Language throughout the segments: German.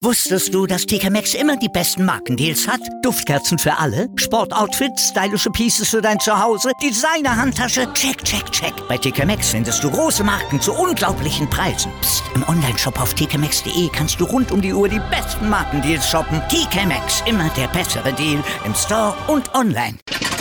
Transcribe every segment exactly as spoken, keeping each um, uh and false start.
Wusstest du, dass T K Maxx immer die besten Markendeals hat? Duftkerzen für alle, Sportoutfits, stylische Pieces für dein Zuhause, Designer-Handtasche, check, check, check. Bei T K Maxx findest du große Marken zu unglaublichen Preisen. Psst. Im Onlineshop auf t k maxx punkt d e kannst du rund um die Uhr die besten Markendeals shoppen. T K Maxx, immer der bessere Deal im Store und online.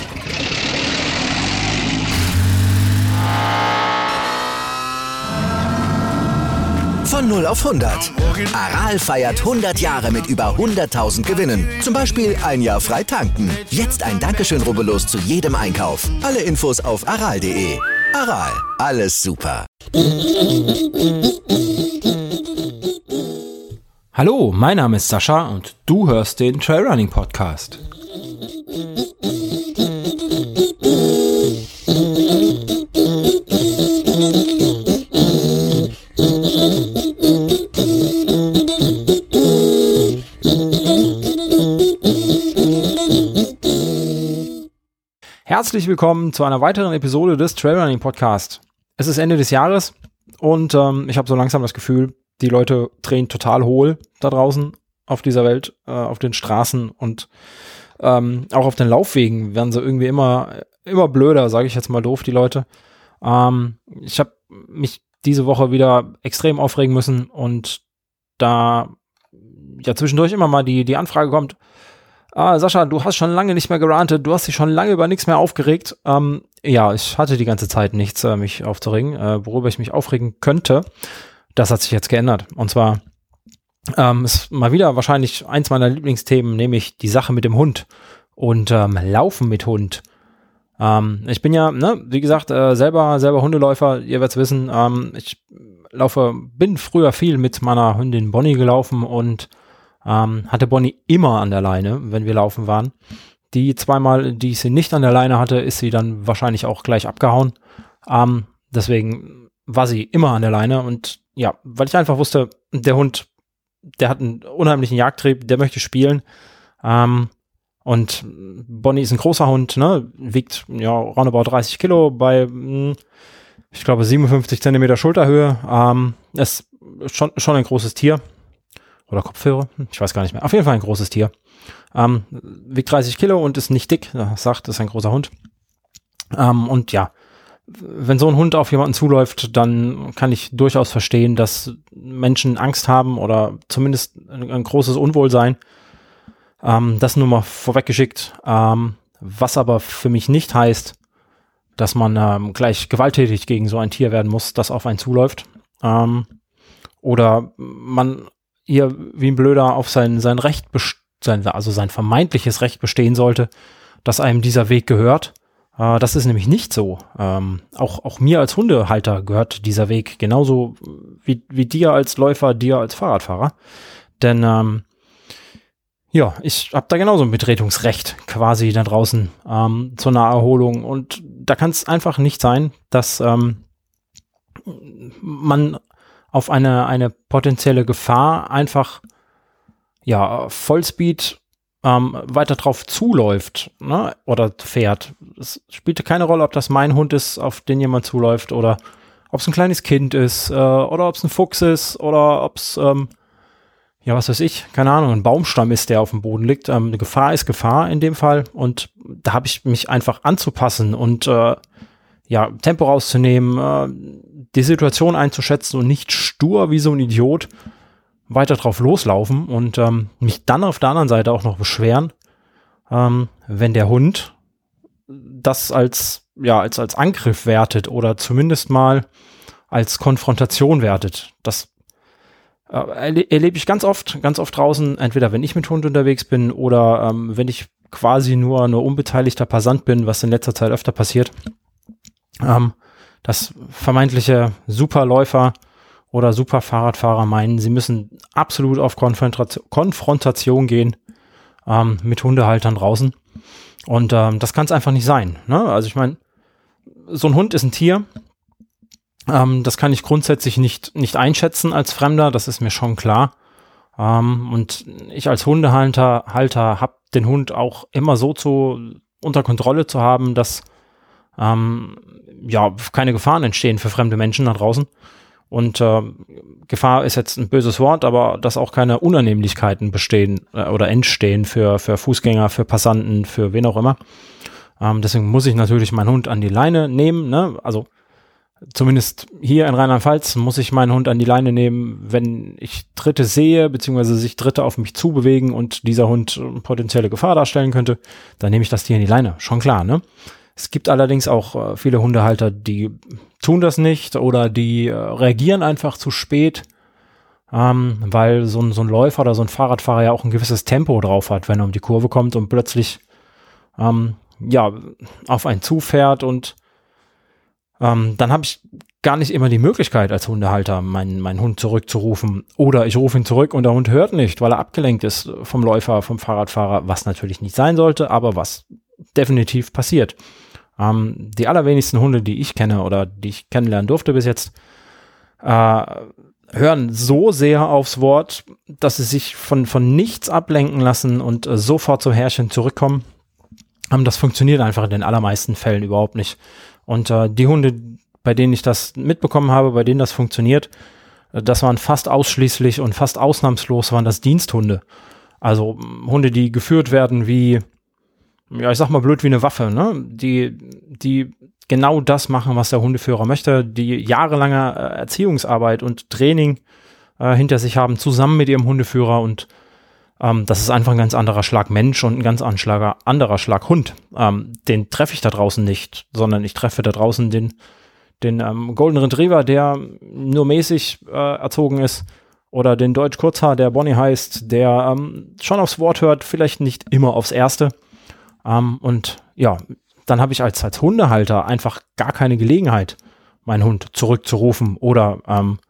Von null auf hundert. Aral feiert hundert Jahre mit über hunderttausend Gewinnen. Zum Beispiel ein Jahr frei tanken. Jetzt ein Dankeschön, rubbellos zu jedem Einkauf. Alle Infos auf aral punkt de. Aral, alles super. Hallo, mein Name ist Sascha und du hörst den Trailrunning Podcast. Herzlich willkommen zu einer weiteren Episode des Trailrunning Podcast. Es ist Ende des Jahres und ähm, ich habe so langsam das Gefühl, die Leute drehen total hohl da draußen auf dieser Welt, äh, auf den Straßen und ähm, auch auf den Laufwegen werden sie irgendwie immer immer blöder, sage ich jetzt mal doof, die Leute. Ähm, ich habe mich diese Woche wieder extrem aufregen müssen und da ja zwischendurch immer mal die die Anfrage kommt, ah, Sascha, du hast schon lange nicht mehr gerantet, du hast dich schon lange über nichts mehr aufgeregt. Ähm, ja, ich hatte die ganze Zeit nichts, äh, mich aufzuregen, äh, worüber ich mich aufregen könnte. Das hat sich jetzt geändert. Und zwar ähm, ist mal wieder wahrscheinlich eins meiner Lieblingsthemen, nämlich die Sache mit dem Hund und ähm, Laufen mit Hund. Ähm, ich bin ja, ne, wie gesagt, äh, selber selber Hundeläufer, ihr werdet es wissen. Ähm, ich laufe, bin früher viel mit meiner Hündin Bonnie gelaufen und Ähm, hatte Bonnie immer an der Leine, wenn wir laufen waren. Die zweimal, die ich sie nicht an der Leine hatte, ist sie dann wahrscheinlich auch gleich abgehauen. Ähm, deswegen war sie immer an der Leine und ja, weil ich einfach wusste, der Hund, der hat einen unheimlichen Jagdtrieb, der möchte spielen. Ähm, und Bonnie ist ein großer Hund, ne, wiegt ja roundabout dreißig Kilo bei, mh, ich glaube, siebenundfünfzig Zentimeter Schulterhöhe. Ähm, ist schon, schon ein großes Tier. Oder Kopfhörer, ich weiß gar nicht mehr. Auf jeden Fall ein großes Tier. Ähm, wiegt dreißig Kilo und ist nicht dick. Das sagt, ist ein großer Hund. Ähm, und ja, wenn so ein Hund auf jemanden zuläuft, dann kann ich durchaus verstehen, dass Menschen Angst haben oder zumindest ein, ein großes Unwohlsein. Ähm, das nur mal vorweggeschickt. Ähm, was aber für mich nicht heißt, dass man ähm, gleich gewalttätig gegen so ein Tier werden muss, das auf einen zuläuft. Ähm, oder man hier wie ein Blöder auf sein, sein Recht, sein, also sein vermeintliches Recht bestehen sollte, dass einem dieser Weg gehört. Äh, das ist nämlich nicht so. Ähm, auch, auch mir als Hundehalter gehört dieser Weg genauso wie, wie dir als Läufer, dir als Fahrradfahrer. Denn ähm, ja, ich habe da genauso ein Betretungsrecht quasi da draußen ähm, zur Naherholung. Und da kann es einfach nicht sein, dass ähm, man auf eine, eine potenzielle Gefahr einfach, ja, Vollspeed ähm, weiter drauf zuläuft, ne, oder fährt. Es spielte keine Rolle, ob das mein Hund ist, auf den jemand zuläuft, oder ob es ein kleines Kind ist, äh, oder ob es ein Fuchs ist, oder ob es, ähm, ja, was weiß ich, keine Ahnung, ein Baumstamm ist, der auf dem Boden liegt. Ähm, eine Gefahr ist Gefahr in dem Fall und da habe ich mich einfach anzupassen und äh, ja, Tempo rauszunehmen, äh, die Situation einzuschätzen und nicht stur wie so ein Idiot weiter drauf loslaufen und ähm, mich dann auf der anderen Seite auch noch beschweren, ähm, wenn der Hund das als, ja, als, als Angriff wertet oder zumindest mal als Konfrontation wertet. Das äh, erle- erlebe ich ganz oft, ganz oft draußen, entweder wenn ich mit Hund unterwegs bin oder ähm, wenn ich quasi nur nur unbeteiligter Passant bin, was in letzter Zeit öfter passiert. Ähm, dass vermeintliche Superläufer oder Superfahrradfahrer meinen, sie müssen absolut auf Konfrontation, Konfrontation gehen ähm, mit Hundehaltern draußen. Und ähm, das kann es einfach nicht sein. Ne? Also ich meine, so ein Hund ist ein Tier. Ähm, das kann ich grundsätzlich nicht, nicht einschätzen als Fremder, das ist mir schon klar. Ähm, und ich als Hundehalter Halter habe den Hund auch immer so zu, unter Kontrolle zu haben, dass ähm, ja keine Gefahren entstehen für fremde Menschen da draußen. Und äh, Gefahr ist jetzt ein böses Wort, aber dass auch keine Unannehmlichkeiten bestehen äh, oder entstehen für, für Fußgänger, für Passanten, für wen auch immer. Ähm, deswegen muss ich natürlich meinen Hund an die Leine nehmen, ne? Also zumindest hier in Rheinland-Pfalz muss ich meinen Hund an die Leine nehmen, wenn ich Dritte sehe, beziehungsweise sich Dritte auf mich zubewegen und dieser Hund potenzielle Gefahr darstellen könnte, dann nehme ich das Tier an die Leine. Schon klar, ne? Es gibt allerdings auch äh, viele Hundehalter, die tun das nicht oder die äh, reagieren einfach zu spät, ähm, weil so ein, so ein Läufer oder so ein Fahrradfahrer ja auch ein gewisses Tempo drauf hat, wenn er um die Kurve kommt und plötzlich ähm, ja auf einen zufährt und ähm, dann habe ich gar nicht immer die Möglichkeit als Hundehalter, meinen, meinen Hund zurückzurufen oder ich rufe ihn zurück und der Hund hört nicht, weil er abgelenkt ist vom Läufer, vom Fahrradfahrer, was natürlich nicht sein sollte, aber was definitiv passiert. Ähm, die allerwenigsten Hunde, die ich kenne oder die ich kennenlernen durfte bis jetzt, äh, hören so sehr aufs Wort, dass sie sich von, von nichts ablenken lassen und äh, sofort zum Herrchen zurückkommen. Ähm, das funktioniert einfach in den allermeisten Fällen überhaupt nicht. Und äh, die Hunde, bei denen ich das mitbekommen habe, bei denen das funktioniert, äh, das waren fast ausschließlich und fast ausnahmslos waren das Diensthunde. Also Hunde, die geführt werden wie, ja, ich sag mal blöd wie eine Waffe, ne? Die, die genau das machen, was der Hundeführer möchte, die jahrelange äh, Erziehungsarbeit und Training äh, hinter sich haben, zusammen mit ihrem Hundeführer und ähm, das ist einfach ein ganz anderer Schlag Mensch und ein ganz anderer, anderer Schlag Hund. Ähm, den treffe ich da draußen nicht, sondern ich treffe da draußen den, den ähm, Golden Retriever, der nur mäßig äh, erzogen ist, oder den Deutsch Kurzhaar, der Bonnie heißt, der ähm, schon aufs Wort hört, vielleicht nicht immer aufs Erste. Um, und ja, dann habe ich als, als Hundehalter einfach gar keine Gelegenheit, meinen Hund zurückzurufen oder ähm,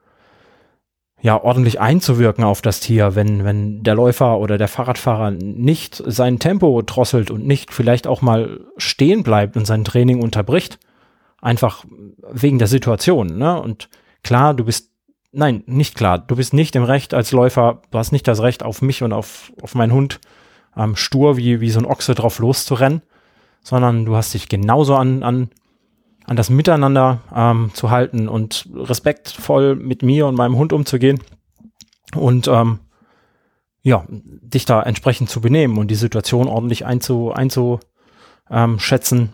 ja, ordentlich einzuwirken auf das Tier, wenn, wenn der Läufer oder der Fahrradfahrer nicht sein Tempo drosselt und nicht vielleicht auch mal stehen bleibt und sein Training unterbricht. Einfach wegen der Situation, ne? Und klar, du bist, nein, nicht klar, du bist nicht im Recht als Läufer, du hast nicht das Recht auf mich und auf, auf meinen Hund, Ähm, stur wie, wie so ein Ochse drauf loszurennen, sondern du hast dich genauso an, an, an das Miteinander ähm, zu halten und respektvoll mit mir und meinem Hund umzugehen und ähm, ja, dich da entsprechend zu benehmen und die Situation ordentlich einzu, einzuschätzen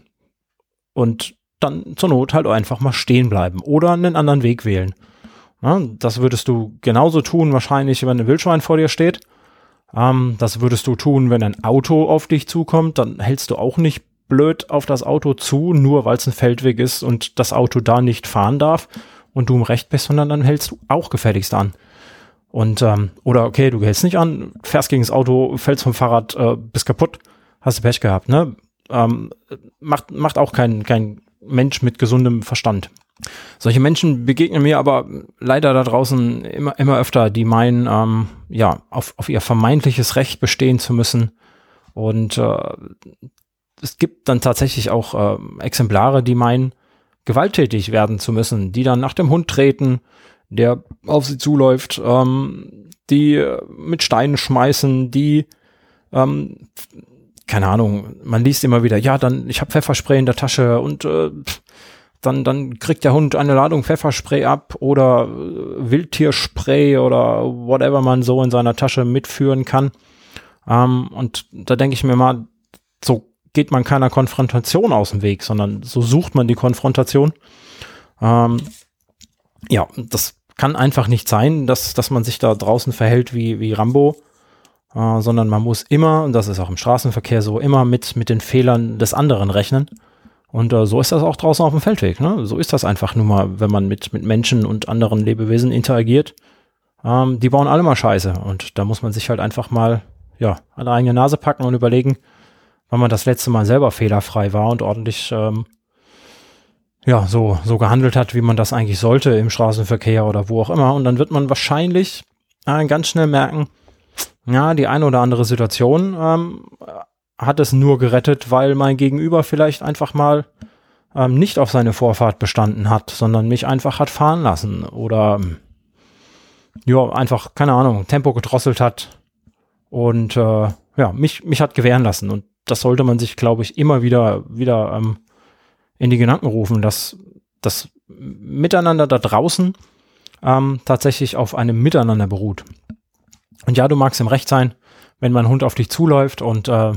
und dann zur Not halt einfach mal stehen bleiben oder einen anderen Weg wählen. Ja, das würdest du genauso tun wahrscheinlich, wenn ein Wildschwein vor dir steht. Um, das würdest du tun, wenn ein Auto auf dich zukommt, dann hältst du auch nicht blöd auf das Auto zu, nur weil es ein Feldweg ist und das Auto da nicht fahren darf und du im Recht bist, sondern dann hältst du auch gefälligst an. Und, ähm, oder okay, du hältst nicht an, fährst gegen das Auto, fällst vom Fahrrad, äh, bist kaputt, hast du Pech gehabt, ne? Ähm, macht, macht auch kein, kein Mensch mit gesundem Verstand. Solche Menschen begegnen mir aber leider da draußen immer, immer öfter, die meinen, ähm, ja, auf, auf ihr vermeintliches Recht bestehen zu müssen. Und äh, es gibt dann tatsächlich auch äh, Exemplare, die meinen, gewalttätig werden zu müssen, die dann nach dem Hund treten, der auf sie zuläuft, ähm, die mit Steinen schmeißen, die, ähm, keine Ahnung, man liest immer wieder, ja, dann, ich habe Pfefferspray in der Tasche und äh, Dann, dann kriegt der Hund eine Ladung Pfefferspray ab oder äh, Wildtierspray oder whatever man so in seiner Tasche mitführen kann. Ähm, und da denke ich mir mal, so geht man keiner Konfrontation aus dem Weg, sondern so sucht man die Konfrontation. Ähm, ja, das kann einfach nicht sein, dass, dass man sich da draußen verhält wie, wie Rambo, äh, sondern man muss immer, und das ist auch im Straßenverkehr so, immer mit, mit den Fehlern des anderen rechnen. Und äh, so ist das auch draußen auf dem Feldweg, ne? So ist das einfach nun mal, wenn man mit, mit Menschen und anderen Lebewesen interagiert. Ähm, die bauen alle mal Scheiße. Und da muss man sich halt einfach mal, ja, an die eigene Nase packen und überlegen, wann man das letzte Mal selber fehlerfrei war und ordentlich, ähm, ja, so, so gehandelt hat, wie man das eigentlich sollte im Straßenverkehr oder wo auch immer. Und dann wird man wahrscheinlich äh, ganz schnell merken, ja, die eine oder andere Situation, ähm, hat es nur gerettet, weil mein Gegenüber vielleicht einfach mal ähm, nicht auf seine Vorfahrt bestanden hat, sondern mich einfach hat fahren lassen oder ja, einfach, keine Ahnung, Tempo gedrosselt hat und äh, ja, mich, mich hat gewähren lassen. Und das sollte man sich, glaube ich, immer wieder, wieder ähm, in die Gedanken rufen, dass das Miteinander da draußen ähm, tatsächlich auf einem Miteinander beruht. Und ja, du magst im Recht sein, wenn mein Hund auf dich zuläuft und äh,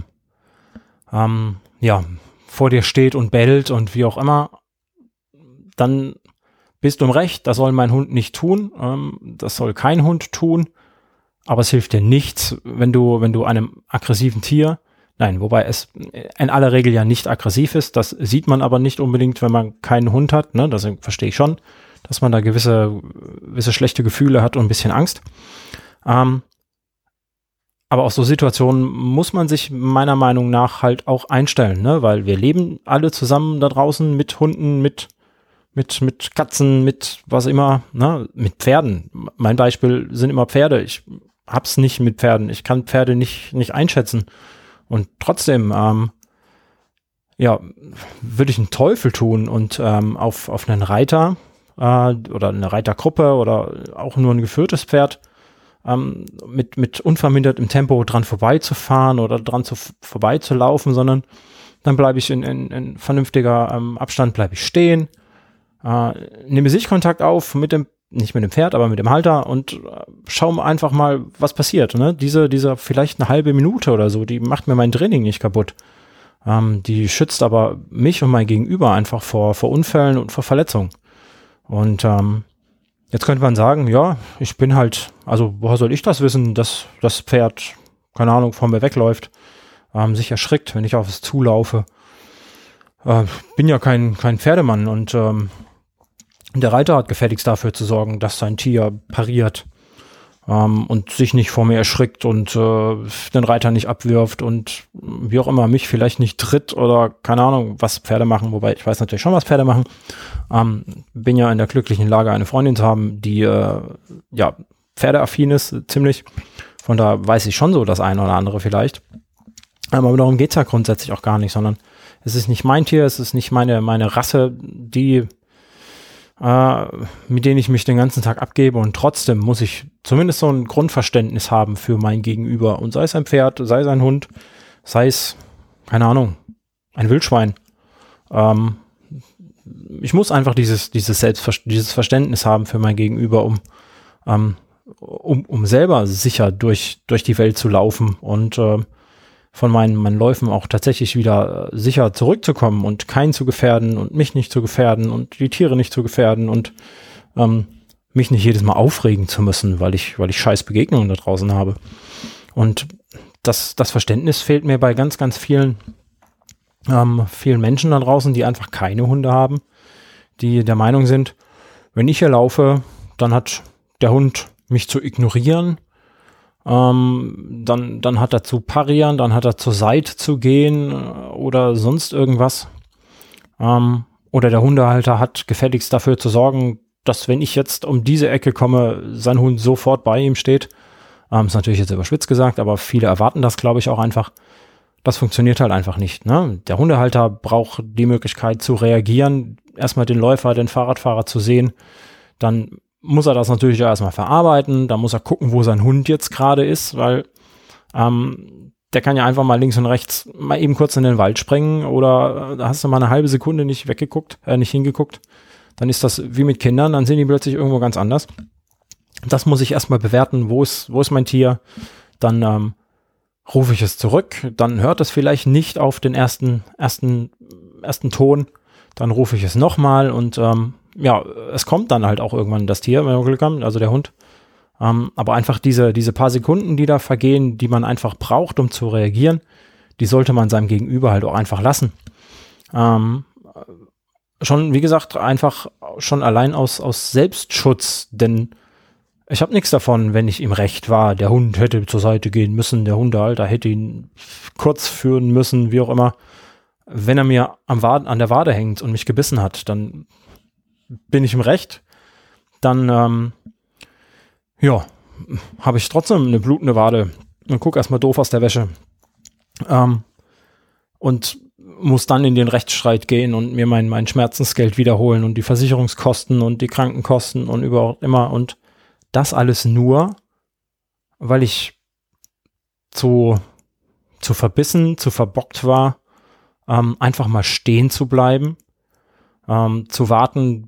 ähm, ja, vor dir steht und bellt und wie auch immer, dann bist du im Recht, das soll mein Hund nicht tun, ähm, das soll kein Hund tun, aber es hilft dir nichts, wenn du, wenn du einem aggressiven Tier, nein, wobei es in aller Regel ja nicht aggressiv ist, das sieht man aber nicht unbedingt, wenn man keinen Hund hat, ne? Das verstehe ich schon, dass man da gewisse, gewisse schlechte Gefühle hat und ein bisschen Angst. Ähm, aber auf so Situationen muss man sich meiner Meinung nach halt auch einstellen, ne? Weil wir leben alle zusammen da draußen mit Hunden, mit mit mit Katzen, mit was immer, ne? Mit Pferden. Mein Beispiel sind immer Pferde. Ich hab's nicht mit Pferden. Ich kann Pferde nicht nicht einschätzen. Und trotzdem, ähm, ja, würde ich einen Teufel tun und ähm, auf auf einen Reiter äh, oder eine Reitergruppe oder auch nur ein geführtes Pferd ähm, mit mit unvermindertem Tempo dran vorbeizufahren oder dran zu, vorbeizulaufen, sondern dann bleibe ich in, in, in vernünftiger ähm, Abstand, bleibe ich stehen, äh, nehme Sichtkontakt auf mit dem, nicht mit dem Pferd, aber mit dem Halter und äh, schaue einfach mal, was passiert. Ne? Diese, diese vielleicht eine halbe Minute oder so, die macht mir mein Training nicht kaputt. Ähm, die schützt aber mich und mein Gegenüber einfach vor, vor Unfällen und vor Verletzungen. Und ähm, jetzt könnte man sagen, ja, ich bin halt, also woher soll ich das wissen, dass das Pferd, keine Ahnung, vor mir wegläuft, ähm, sich erschrickt, wenn ich auf es zulaufe. Äh, bin ja kein, kein Pferdemann und ähm, der Reiter hat gefälligst dafür zu sorgen, dass sein Tier pariert ähm, und sich nicht vor mir erschrickt und äh, den Reiter nicht abwirft und wie auch immer mich vielleicht nicht tritt oder keine Ahnung, was Pferde machen, wobei ich weiß natürlich schon, was Pferde machen. Ähm, bin ja in der glücklichen Lage, eine Freundin zu haben, die äh, ja pferdeaffin ist, ziemlich. Von da weiß ich schon so das eine oder andere vielleicht. Aber darum geht's ja grundsätzlich auch gar nicht, sondern es ist nicht mein Tier, es ist nicht meine, meine Rasse, die äh, mit denen ich mich den ganzen Tag abgebe und trotzdem muss ich zumindest so ein Grundverständnis haben für mein Gegenüber und sei es ein Pferd, sei es ein Hund, sei es, keine Ahnung, ein Wildschwein. Ähm, ich muss einfach dieses, dieses Selbstver- dieses Verständnis haben für mein Gegenüber, um, ähm, um, um selber sicher durch, durch die Welt zu laufen und äh, von meinen, meinen Läufen auch tatsächlich wieder sicher zurückzukommen und keinen zu gefährden und mich nicht zu gefährden und die Tiere nicht zu gefährden und ähm, mich nicht jedes Mal aufregen zu müssen, weil ich, weil ich scheiß Begegnungen da draußen habe. Und das, das Verständnis fehlt mir bei ganz, ganz vielen, ähm, vielen Menschen da draußen, die einfach keine Hunde haben, die der Meinung sind, wenn ich hier laufe, dann hat der Hund mich zu ignorieren. Ähm, dann, dann hat er zu parieren, dann hat er zur Seite zu gehen äh, oder sonst irgendwas. Ähm, oder der Hundehalter hat gefälligst dafür zu sorgen, dass wenn ich jetzt um diese Ecke komme, sein Hund sofort bei ihm steht. Ähm, ist natürlich jetzt überspitzt gesagt, aber viele erwarten das, glaube ich, auch einfach. Das funktioniert halt einfach nicht. Ne? Der Hundehalter braucht die Möglichkeit zu reagieren, erstmal den Läufer, den Fahrradfahrer zu sehen, dann muss er das natürlich erstmal verarbeiten, da muss er gucken, wo sein Hund jetzt gerade ist, weil ähm, der kann ja einfach mal links und rechts mal eben kurz in den Wald springen oder äh, da hast du mal eine halbe Sekunde nicht weggeguckt, äh, nicht hingeguckt, dann ist das wie mit Kindern, dann sehen die plötzlich irgendwo ganz anders. Das muss ich erstmal bewerten, wo ist, wo ist mein Tier, dann ähm, rufe ich es zurück, dann hört es vielleicht nicht auf den ersten, ersten, ersten Ton, dann rufe ich es nochmal und ähm, ja, es kommt dann halt auch irgendwann das Tier, wenn wir Glück haben, also der Hund. Ähm, aber einfach diese, diese paar Sekunden, die da vergehen, die man einfach braucht, um zu reagieren, die sollte man seinem Gegenüber halt auch einfach lassen. Ähm, schon, wie gesagt, einfach schon allein aus, aus Selbstschutz, denn ich habe nichts davon, wenn ich im Recht war, der Hund hätte zur Seite gehen müssen, der Hundehalter hätte ihn kurz führen müssen, wie auch immer. Wenn er mir am Wade, an der Wade hängt und mich gebissen hat, dann bin ich im Recht, dann ähm, ja, habe ich trotzdem eine blutende Wade und gucke erstmal doof aus der Wäsche ähm, und muss dann in den Rechtsstreit gehen und mir mein, mein Schmerzensgeld wiederholen und die Versicherungskosten und die Krankenkosten und überhaupt immer und das alles nur, weil ich zu, zu verbissen, zu verbockt war, ähm, einfach mal stehen zu bleiben, ähm, zu warten,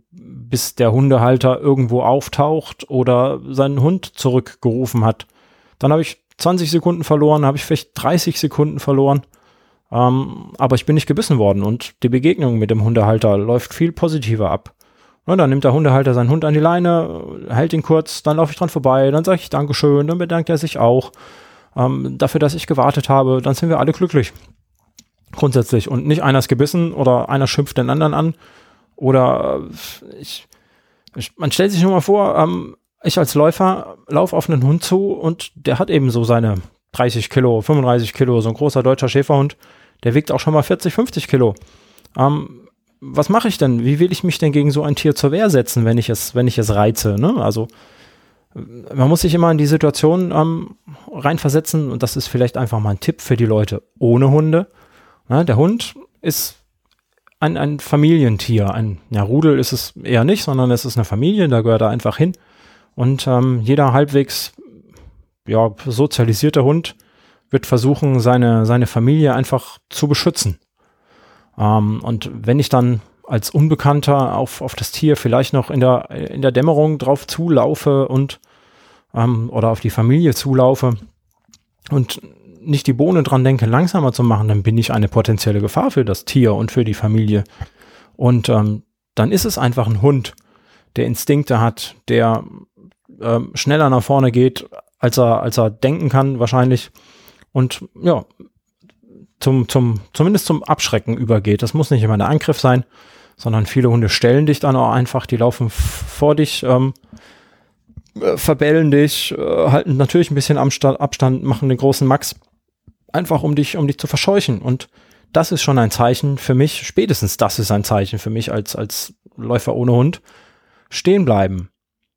bis der Hundehalter irgendwo auftaucht oder seinen Hund zurückgerufen hat. Dann habe ich zwanzig Sekunden verloren, habe ich vielleicht dreißig Sekunden verloren. Ähm, aber ich bin nicht gebissen worden und die Begegnung mit dem Hundehalter läuft viel positiver ab. Und dann nimmt der Hundehalter seinen Hund an die Leine, hält ihn kurz, dann laufe ich dran vorbei, dann sage ich Dankeschön, dann bedankt er sich auch ähm, dafür, dass ich gewartet habe. Dann sind wir alle glücklich. Grundsätzlich. Und nicht einer ist gebissen oder einer schimpft den anderen an. Oder ich, ich, man stellt sich nur mal vor, ähm, ich als Läufer laufe auf einen Hund zu und der hat eben so seine dreißig Kilo, fünfunddreißig Kilo, so ein großer deutscher Schäferhund, der wiegt auch schon mal vierzig, fünfzig Kilo. Ähm, was mache ich denn? Wie will ich mich denn gegen so ein Tier zur Wehr setzen, wenn ich es, wenn ich es reize? Ne? Also man muss sich immer in die Situation ähm, reinversetzen und das ist vielleicht einfach mal ein Tipp für die Leute ohne Hunde. Ja, der Hund ist ein, ein Familientier. Ein ja, Rudel ist es eher nicht, sondern es ist eine Familie, da gehört er einfach hin. Und ähm, jeder halbwegs ja, sozialisierte Hund wird versuchen, seine, seine Familie einfach zu beschützen. Ähm, und wenn ich dann als Unbekannter auf, auf das Tier vielleicht noch in der, in der Dämmerung drauf zulaufe und ähm, oder auf die Familie zulaufe und nicht die Bohne dran denke, langsamer zu machen, dann bin ich eine potenzielle Gefahr für das Tier und für die Familie. Und ähm, dann ist es einfach ein Hund, der Instinkte hat, der ähm, schneller nach vorne geht, als er, als er denken kann wahrscheinlich. Und ja, zum, zum, zumindest zum Abschrecken übergeht. Das muss nicht immer der Angriff sein, sondern viele Hunde stellen dich dann auch einfach, die laufen f- vor dich, ähm, äh, verbellen dich, äh, halten natürlich ein bisschen Abstand, Abstand, machen den großen Max, einfach um dich, um dich zu verscheuchen. Und das ist schon ein Zeichen für mich, spätestens das ist ein Zeichen für mich als, als Läufer ohne Hund. Stehen bleiben.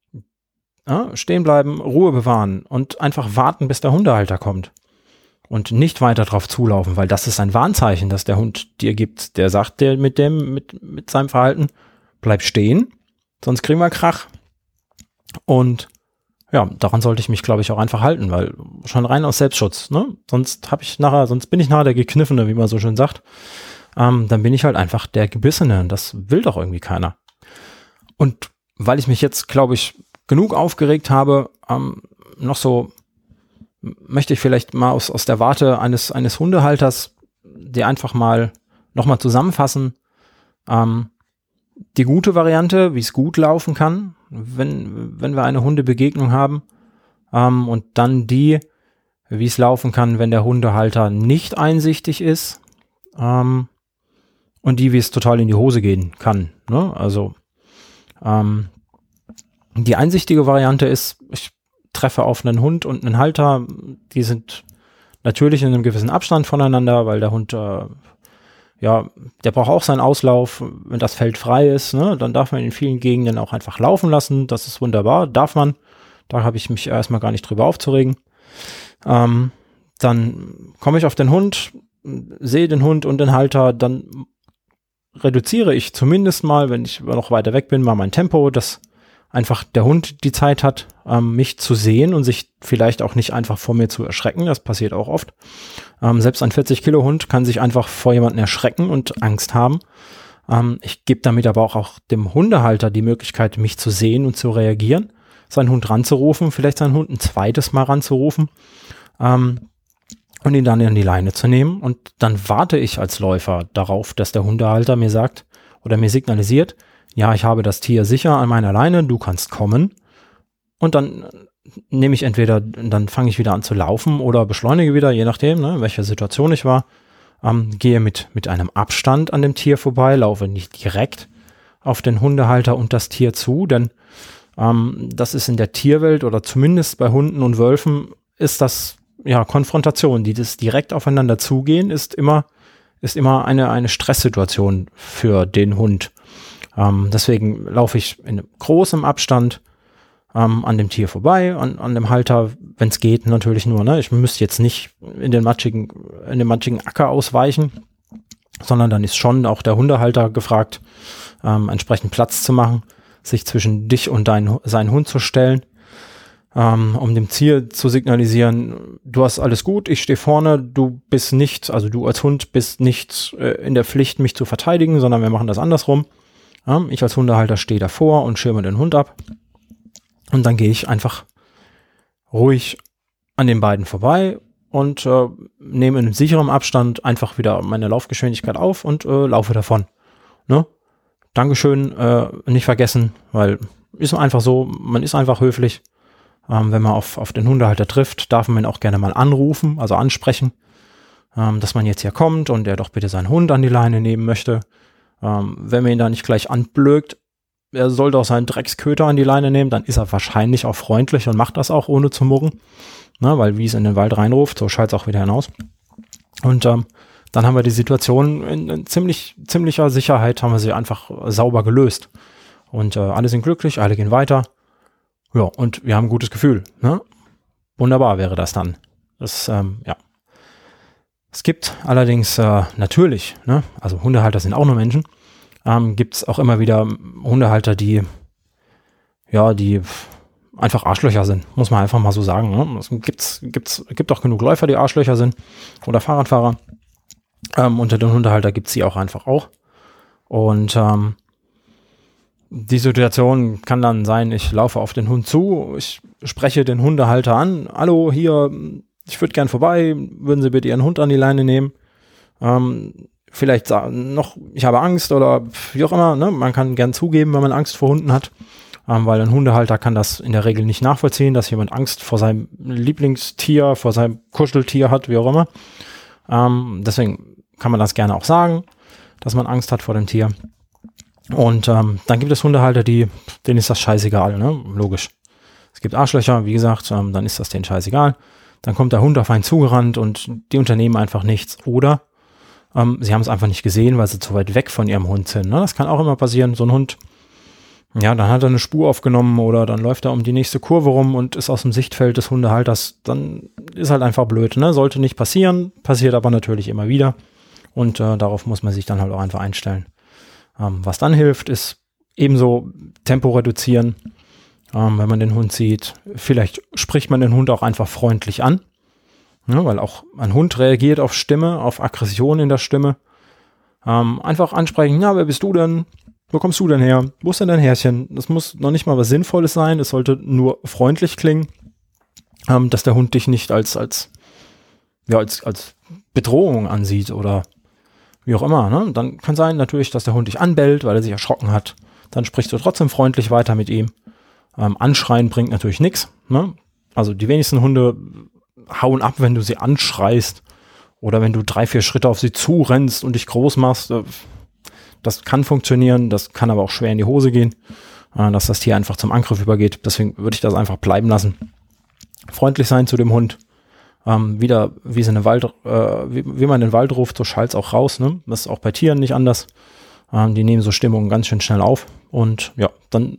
Ja, stehen bleiben, Ruhe bewahren und einfach warten, bis der Hundehalter kommt. Und nicht weiter drauf zulaufen, weil das ist ein Warnzeichen, das der Hund dir gibt. Der sagt dir mit dem, mit, mit seinem Verhalten, bleib stehen, sonst kriegen wir Krach. Und ja, daran sollte ich mich, glaube ich, auch einfach halten, weil schon rein aus Selbstschutz, ne? Sonst habe ich nachher, sonst bin ich nachher der Gekniffene, wie man so schön sagt. Ähm, dann bin ich halt einfach der Gebissene. Und das will doch irgendwie keiner. Und weil ich mich jetzt, glaube ich, genug aufgeregt habe, ähm, noch so möchte ich vielleicht mal aus, aus der Warte eines, eines Hundehalters dir einfach mal nochmal zusammenfassen. Ähm, die gute Variante, wie es gut laufen kann, wenn, wenn wir eine Hundebegegnung haben, ähm, und dann die, wie es laufen kann, wenn der Hundehalter nicht einsichtig ist, ähm, und die, wie es total in die Hose gehen kann. Ne? Also ähm, die einsichtige Variante ist, ich treffe auf einen Hund und einen Halter, die sind natürlich in einem gewissen Abstand voneinander, weil der Hund, äh, ja, der braucht auch seinen Auslauf, wenn das Feld frei ist, ne, dann darf man in vielen Gegenden auch einfach laufen lassen, das ist wunderbar, darf man, da habe ich mich erstmal gar nicht drüber aufzuregen. Ähm, dann komme ich auf den Hund, sehe den Hund und den Halter, dann reduziere ich zumindest mal, wenn ich noch weiter weg bin, mal mein Tempo, dass einfach der Hund die Zeit hat, ähm, mich zu sehen und sich vielleicht auch nicht einfach vor mir zu erschrecken. Das passiert auch oft. Ähm, selbst ein vierzig Kilo Hund kann sich einfach vor jemanden erschrecken und Angst haben. Ähm, ich gebe damit aber auch, auch dem Hundehalter die Möglichkeit, mich zu sehen und zu reagieren, seinen Hund ranzurufen, vielleicht seinen Hund ein zweites Mal ranzurufen, ähm, und ihn dann in die Leine zu nehmen. Und dann warte ich als Läufer darauf, dass der Hundehalter mir sagt oder mir signalisiert, ja, ich habe das Tier sicher an meiner Leine, du kannst kommen. Und dann nehme ich entweder, dann fange ich wieder an zu laufen oder beschleunige wieder, je nachdem, ne, in welcher Situation ich war. Ähm, gehe mit, mit einem Abstand an dem Tier vorbei, laufe nicht direkt auf den Hundehalter und das Tier zu, denn ähm, das ist in der Tierwelt oder zumindest bei Hunden und Wölfen ist das, ja, Konfrontation, die das direkt aufeinander zugehen, ist immer, ist immer eine, eine Stresssituation für den Hund. Ähm, deswegen laufe ich in großem Abstand ähm, an dem Tier vorbei, an, an dem Halter, wenn es geht, natürlich nur. Ne? Ich müsste jetzt nicht in den matschigen, in den matschigen Acker ausweichen, sondern dann ist schon auch der Hundehalter gefragt, ähm, entsprechend Platz zu machen, sich zwischen dich und dein, seinen Hund zu stellen, ähm, um dem Tier zu signalisieren, du hast alles gut, ich stehe vorne, du bist nicht, also du als Hund bist nicht äh, in der Pflicht, mich zu verteidigen, sondern wir machen das andersrum. Ähm, ich als Hundehalter stehe davor und schirme den Hund ab. Und dann gehe ich einfach ruhig an den beiden vorbei und äh, nehme in sicherem Abstand einfach wieder meine Laufgeschwindigkeit auf und äh, laufe davon. Ne? Dankeschön, äh, nicht vergessen, weil ist einfach so, man ist einfach höflich. Ähm, wenn man auf, auf den Hundehalter trifft, darf man ihn auch gerne mal anrufen, also ansprechen, ähm, dass man jetzt hier kommt und er doch bitte seinen Hund an die Leine nehmen möchte. Ähm, wenn man ihn da nicht gleich anblökt, er sollte auch seinen Drecksköter an die Leine nehmen, dann ist er wahrscheinlich auch freundlich und macht das auch ohne zu murren. Na, weil wie es in den Wald reinruft, so schallt es auch wieder hinaus. Und ähm, dann haben wir die Situation in, in ziemlich ziemlicher Sicherheit, haben wir sie einfach sauber gelöst. Und äh, alle sind glücklich, alle gehen weiter. Ja, und wir haben ein gutes Gefühl. Ne? Wunderbar wäre das dann. Das, ähm, ja. Es gibt allerdings äh, natürlich, ne, also Hundehalter sind auch nur Menschen, ähm, gibt es auch immer wieder Hundehalter, die, ja, die einfach Arschlöcher sind, muss man einfach mal so sagen. Ne? Es gibt's, gibt's, gibt auch genug Läufer, die Arschlöcher sind oder Fahrradfahrer. Ähm, unter den Hundehalter gibt es sie auch einfach auch. Und ähm, die Situation kann dann sein, ich laufe auf den Hund zu, ich spreche den Hundehalter an, hallo, hier, ich würde gern vorbei, würden Sie bitte Ihren Hund an die Leine nehmen? Ähm, vielleicht noch, ich habe Angst oder wie auch immer, ne? Man kann gern zugeben, wenn man Angst vor Hunden hat, ähm, weil ein Hundehalter kann das in der Regel nicht nachvollziehen, dass jemand Angst vor seinem Lieblingstier, vor seinem Kuscheltier hat, wie auch immer. Ähm, deswegen kann man das gerne auch sagen, dass man Angst hat vor dem Tier. Und ähm, dann gibt es Hundehalter, die, denen ist das scheißegal, ne? Logisch. Es gibt Arschlöcher, wie gesagt, ähm, dann ist das denen scheißegal. Dann kommt der Hund auf einen zugerannt und die unternehmen einfach nichts. Oder ähm, sie haben es einfach nicht gesehen, weil sie zu weit weg von ihrem Hund sind. Ne? Das kann auch immer passieren. So ein Hund, ja, dann hat er eine Spur aufgenommen oder dann läuft er um die nächste Kurve rum und ist aus dem Sichtfeld des Hundehalters. Dann ist halt einfach blöd. Ne? Sollte nicht passieren, passiert aber natürlich immer wieder. Und äh, darauf muss man sich dann halt auch einfach einstellen. Ähm, was dann hilft, ist ebenso Tempo reduzieren, ähm, wenn man den Hund sieht. Vielleicht spricht man den Hund auch einfach freundlich an, ja, weil auch ein Hund reagiert auf Stimme, auf Aggression in der Stimme. Ähm, einfach ansprechen, ja, wer bist du denn? Wo kommst du denn her? Wo ist denn dein Härchen? Das muss noch nicht mal was Sinnvolles sein, es sollte nur freundlich klingen, ähm, dass der Hund dich nicht als, als, ja, als, als Bedrohung ansieht oder wie auch immer, ne? Dann kann sein natürlich, dass der Hund dich anbellt, weil er sich erschrocken hat. Dann sprichst du trotzdem freundlich weiter mit ihm. Ähm, anschreien bringt natürlich nichts. Ne? Also die wenigsten Hunde hauen ab, wenn du sie anschreist oder wenn du drei, vier Schritte auf sie zurennst und dich groß machst. Äh, das kann funktionieren, das kann aber auch schwer in die Hose gehen, äh, dass das Tier einfach zum Angriff übergeht. Deswegen würde ich das einfach bleiben lassen. Freundlich sein zu dem Hund. Ähm, wieder, wie, es in den Wald, äh, wie, wie man in den Wald ruft, so schallt's auch raus. Ne? Das ist auch bei Tieren nicht anders. Ähm, die nehmen so Stimmungen ganz schön schnell auf. Und ja, dann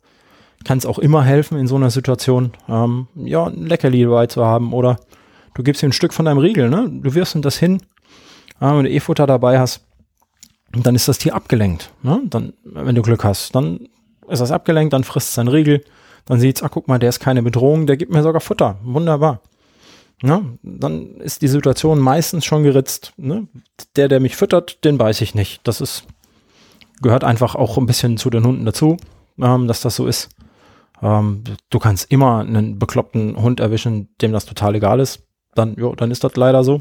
kann es auch immer helfen in so einer Situation, ähm, ja, ein Leckerli dabei zu haben. Oder du gibst ihm ein Stück von deinem Riegel. Ne? Du wirfst ihm das hin, äh, wenn du E-Futter dabei hast. Und dann ist das Tier abgelenkt. Ne? Dann, wenn du Glück hast, dann ist das abgelenkt, dann frisst es sein Riegel. Dann sieht's, ah, guck mal, der ist keine Bedrohung, der gibt mir sogar Futter. Wunderbar. Ja, dann ist die Situation meistens schon geritzt. Ne? Der, der mich füttert, den beiß ich nicht. Das ist, gehört einfach auch ein bisschen zu den Hunden dazu, ähm, dass das so ist. Ähm, du kannst immer einen bekloppten Hund erwischen, dem das total egal ist. Dann, jo, dann ist das leider so.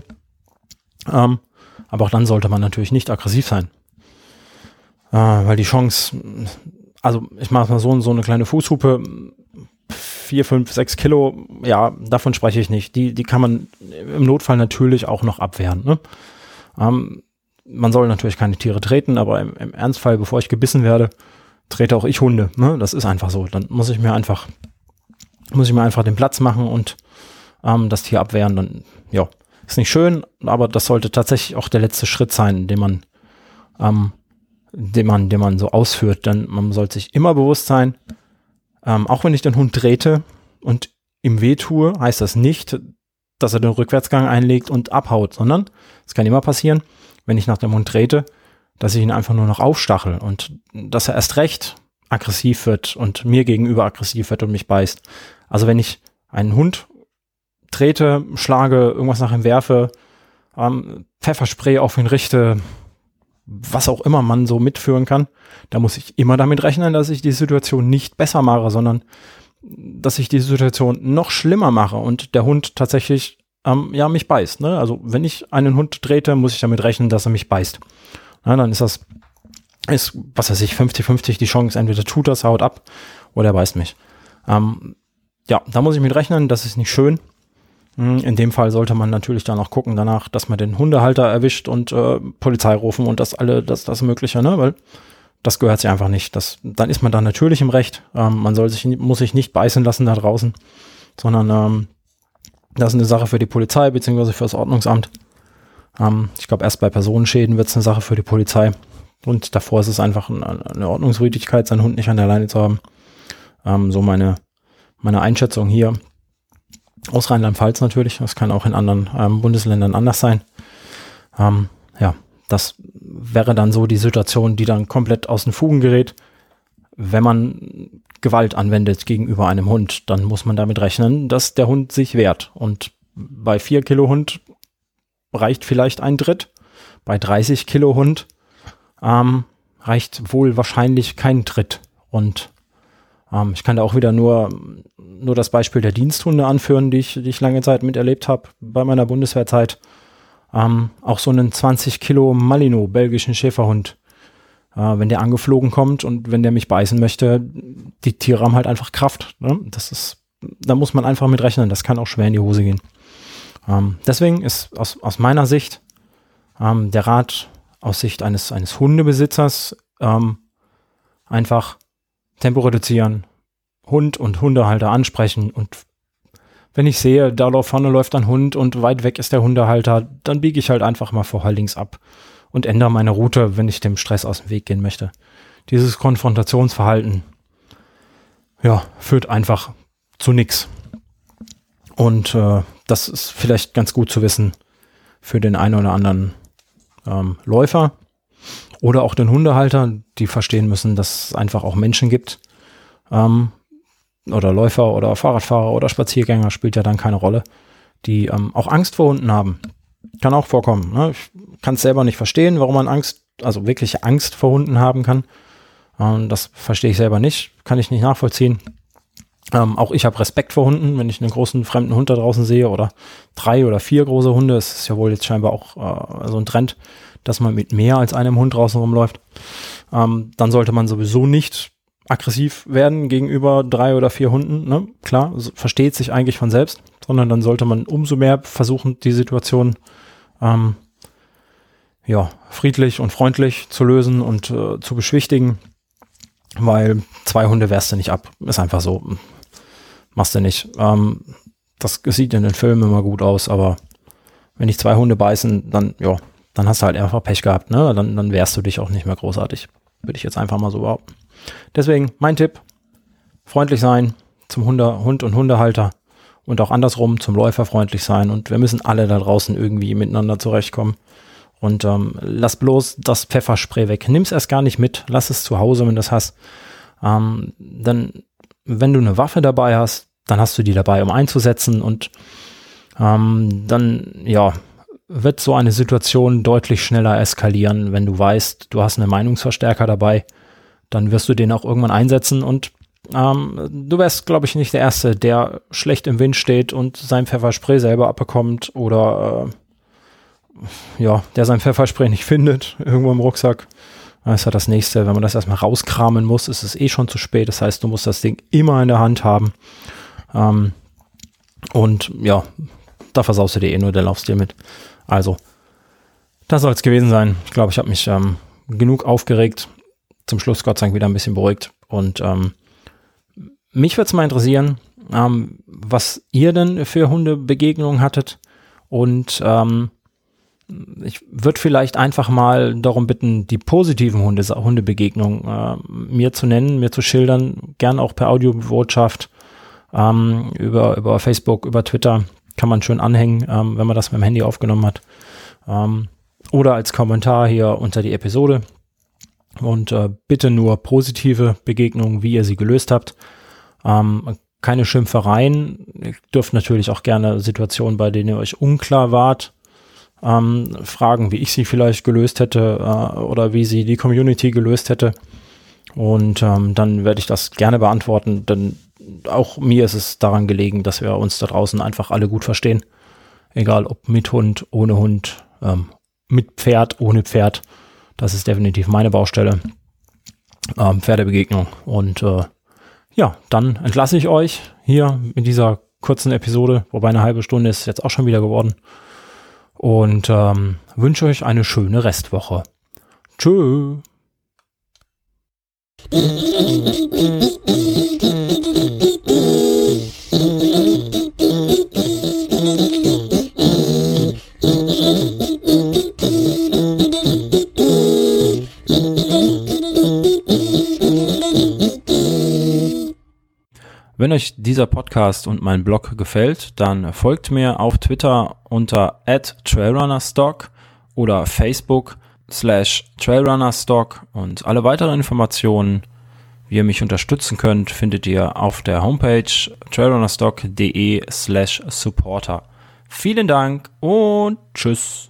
Ähm, aber auch dann sollte man natürlich nicht aggressiv sein. Äh, weil die Chance, also ich mache mal so, so eine kleine Fußhupe, vier, fünf, sechs Kilo, ja, davon spreche ich nicht. Die, die kann man im Notfall natürlich auch noch abwehren. Ne? Ähm, man soll natürlich keine Tiere treten, aber im, im Ernstfall, bevor ich gebissen werde, trete auch ich Hunde. Ne? Das ist einfach so. Dann muss ich mir einfach, muss ich mir einfach den Platz machen und ähm, das Tier abwehren. Dann, ja, ist nicht schön, aber das sollte tatsächlich auch der letzte Schritt sein, den man, ähm, den man, den man so ausführt. Denn man sollte sich immer bewusst sein, Ähm, auch wenn ich den Hund trete und ihm wehtue, heißt das nicht, dass er den Rückwärtsgang einlegt und abhaut, sondern es kann immer passieren, wenn ich nach dem Hund trete, dass ich ihn einfach nur noch aufstachel und dass er erst recht aggressiv wird und mir gegenüber aggressiv wird und mich beißt. Also wenn ich einen Hund trete, schlage, irgendwas nach ihm werfe, ähm, Pfefferspray auf ihn richte, was auch immer man so mitführen kann, da muss ich immer damit rechnen, dass ich die Situation nicht besser mache, sondern dass ich die Situation noch schlimmer mache und der Hund tatsächlich ähm, ja mich beißt. Ne? Also wenn ich einen Hund trete, muss ich damit rechnen, dass er mich beißt. Na, dann ist das, ist, was weiß ich, fünfzig fünfzig die Chance, entweder tut das, haut ab oder er beißt mich. Ähm, ja, da muss ich mit rechnen, das ist nicht schön. In dem Fall sollte man natürlich dann auch gucken danach, dass man den Hundehalter erwischt und äh, Polizei rufen und das alle, das, das Mögliche, ne, weil das gehört sich einfach nicht. Das, dann ist man dann natürlich im Recht. Ähm, man soll sich, muss sich nicht beißen lassen da draußen, sondern ähm, das ist eine Sache für die Polizei beziehungsweise für das Ordnungsamt. Ähm, ich glaube, erst bei Personenschäden wird es eine Sache für die Polizei und davor ist es einfach eine, eine Ordnungswidrigkeit, seinen Hund nicht an der Leine zu haben. Ähm, so meine, meine Einschätzung hier. Aus Rheinland-Pfalz natürlich, das kann auch in anderen ähm, Bundesländern anders sein. Ähm, ja, das wäre dann so die Situation, die dann komplett aus den Fugen gerät. Wenn man Gewalt anwendet gegenüber einem Hund, dann muss man damit rechnen, dass der Hund sich wehrt. Und bei vier Kilo Hund reicht vielleicht ein Tritt. Bei dreißig Kilo Hund ähm, reicht wohl wahrscheinlich kein Tritt. Und ähm, ich kann da auch wieder nur nur das Beispiel der Diensthunde anführen, die ich, die ich lange Zeit miterlebt habe bei meiner Bundeswehrzeit. Ähm, auch so einen zwanzig Kilo Malinois, belgischen Schäferhund, äh, wenn der angeflogen kommt und wenn der mich beißen möchte, die Tiere haben halt einfach Kraft. Ne? Das ist, da muss man einfach mit rechnen, das kann auch schwer in die Hose gehen. Ähm, deswegen ist aus, aus meiner Sicht ähm, der Rat aus Sicht eines, eines Hundebesitzers ähm, einfach Tempo reduzieren, Hund und Hundehalter ansprechen und wenn ich sehe, da vorne läuft ein Hund und weit weg ist der Hundehalter, dann biege ich halt einfach mal vorher links ab und ändere meine Route, wenn ich dem Stress aus dem Weg gehen möchte. Dieses Konfrontationsverhalten, ja, führt einfach zu nix. Und äh, das ist vielleicht ganz gut zu wissen für den einen oder anderen ähm, Läufer oder auch den Hundehalter, die verstehen müssen, dass es einfach auch Menschen gibt, ähm, oder Läufer oder Fahrradfahrer oder Spaziergänger, spielt ja dann keine Rolle, die ähm, auch Angst vor Hunden haben. Kann auch vorkommen. Ne? Ich kann es selber nicht verstehen, warum man Angst, also wirklich Angst vor Hunden haben kann. Ähm, das verstehe ich selber nicht, kann ich nicht nachvollziehen. Ähm, auch ich habe Respekt vor Hunden, wenn ich einen großen fremden Hund da draußen sehe oder drei oder vier große Hunde. Es ist ja wohl jetzt scheinbar auch äh, so ein Trend, dass man mit mehr als einem Hund draußen rumläuft. Ähm, dann sollte man sowieso nicht aggressiv werden gegenüber drei oder vier Hunden, ne? Klar, so versteht sich eigentlich von selbst, sondern dann sollte man umso mehr versuchen, die Situation ähm, ja, friedlich und freundlich zu lösen und äh, zu beschwichtigen, weil zwei Hunde wehrst du nicht ab, ist einfach so, machst du nicht. Ähm, das sieht in den Filmen immer gut aus, aber wenn dich zwei Hunde beißen, dann, ja, dann hast du halt einfach Pech gehabt, ne? Dann, dann wehrst du dich auch nicht mehr großartig, würde ich jetzt einfach mal so behaupten. Deswegen mein Tipp, freundlich sein zum Hunde, Hund und Hundehalter und auch andersrum zum Läufer freundlich sein und wir müssen alle da draußen irgendwie miteinander zurechtkommen und ähm, lass bloß das Pfefferspray weg, nimm's erst gar nicht mit, lass es zu Hause, wenn du das hast. Ähm, dann, wenn du eine Waffe dabei hast, dann hast du die dabei, um einzusetzen und ähm, dann, ja, wird so eine Situation deutlich schneller eskalieren, wenn du weißt, du hast einen Meinungsverstärker dabei. Dann wirst du den auch irgendwann einsetzen und ähm, du wärst, glaube ich, nicht der Erste, der schlecht im Wind steht und sein Pfefferspray selber abbekommt oder äh, ja, der sein Pfefferspray nicht findet, irgendwo im Rucksack. Das ist ja das Nächste, wenn man das erstmal rauskramen muss, ist es eh schon zu spät. Das heißt, du musst das Ding immer in der Hand haben. Ähm, und ja, da versaust du dir eh nur den Laufstil mit. Also, das soll es gewesen sein. Ich glaube, ich habe mich ähm, genug aufgeregt. Zum Schluss Gott sei Dank wieder ein bisschen beruhigt. Und ähm, mich würde es mal interessieren, ähm, was ihr denn für Hundebegegnungen hattet. Und ähm, ich würde vielleicht einfach mal darum bitten, die positiven Hunde, Hundebegegnungen äh, mir zu nennen, mir zu schildern. Gern auch per Audiobotschaft ähm, über, über Facebook, über Twitter. Kann man schön anhängen, ähm, wenn man das mit dem Handy aufgenommen hat. Ähm, oder als Kommentar hier unter die Episode. Und äh, bitte nur positive Begegnungen, wie ihr sie gelöst habt. Ähm, keine Schimpfereien. Ihr dürft natürlich auch gerne Situationen, bei denen ihr euch unklar wart, ähm, Fragen, wie ich sie vielleicht gelöst hätte äh, oder wie sie die Community gelöst hätte. Und ähm, dann werde ich das gerne beantworten, denn auch mir ist es daran gelegen, dass wir uns da draußen einfach alle gut verstehen. Egal ob mit Hund, ohne Hund, ähm, mit Pferd, ohne Pferd. Das ist definitiv meine Baustelle. Ähm, Pferdebegegnung. Und äh, ja, dann entlasse ich euch hier in dieser kurzen Episode, wobei eine halbe Stunde ist jetzt auch schon wieder geworden. Und ähm, wünsche euch eine schöne Restwoche. Tschö. Wenn euch dieser Podcast und mein Blog gefällt, dann folgt mir auf Twitter unter at trailrunnerstock oder Facebook slash trailrunnerstock und alle weiteren Informationen, wie ihr mich unterstützen könnt, findet ihr auf der Homepage trailrunnerstock.de slash supporter. Vielen Dank und tschüss.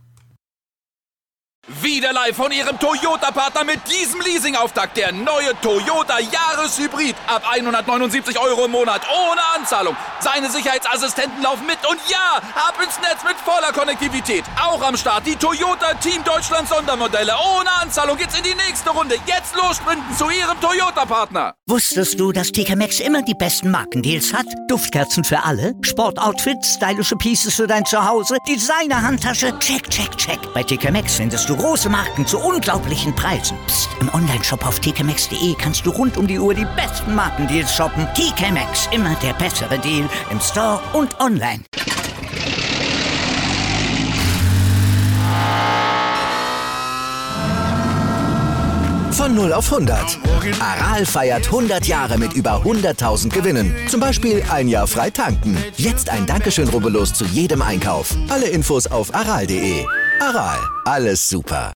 Wieder live von Ihrem Toyota-Partner mit diesem Leasing-Auftakt. Der neue Toyota Jahreshybrid. Ab hundertneunundsiebzig Euro im Monat. Ohne Anzahlung. Seine Sicherheitsassistenten laufen mit. Und ja, ab ins Netz mit voller Konnektivität. Auch am Start die Toyota Team Deutschland Sondermodelle. Ohne Anzahlung geht's in die nächste Runde. Jetzt los sprinten zu Ihrem Toyota-Partner. Wusstest du, dass T K Maxx immer die besten Markendeals hat? Duftkerzen für alle, Sportoutfits, stylische Pieces für dein Zuhause, Designer-Handtasche, check, check, check. Bei T K Maxx findest du große Marken zu unglaublichen Preisen. Psst. Im Onlineshop auf t k maxx punkt d e kannst du rund um die Uhr die besten Markendeals shoppen. T K Maxx, immer der bessere Deal im Store und online. Von null auf hundert. Aral feiert hundert Jahre mit über hunderttausend Gewinnen. Zum Beispiel ein Jahr frei tanken. Jetzt ein Dankeschön, rubbellos zu jedem Einkauf. Alle Infos auf aral punkt de. Aral, alles super.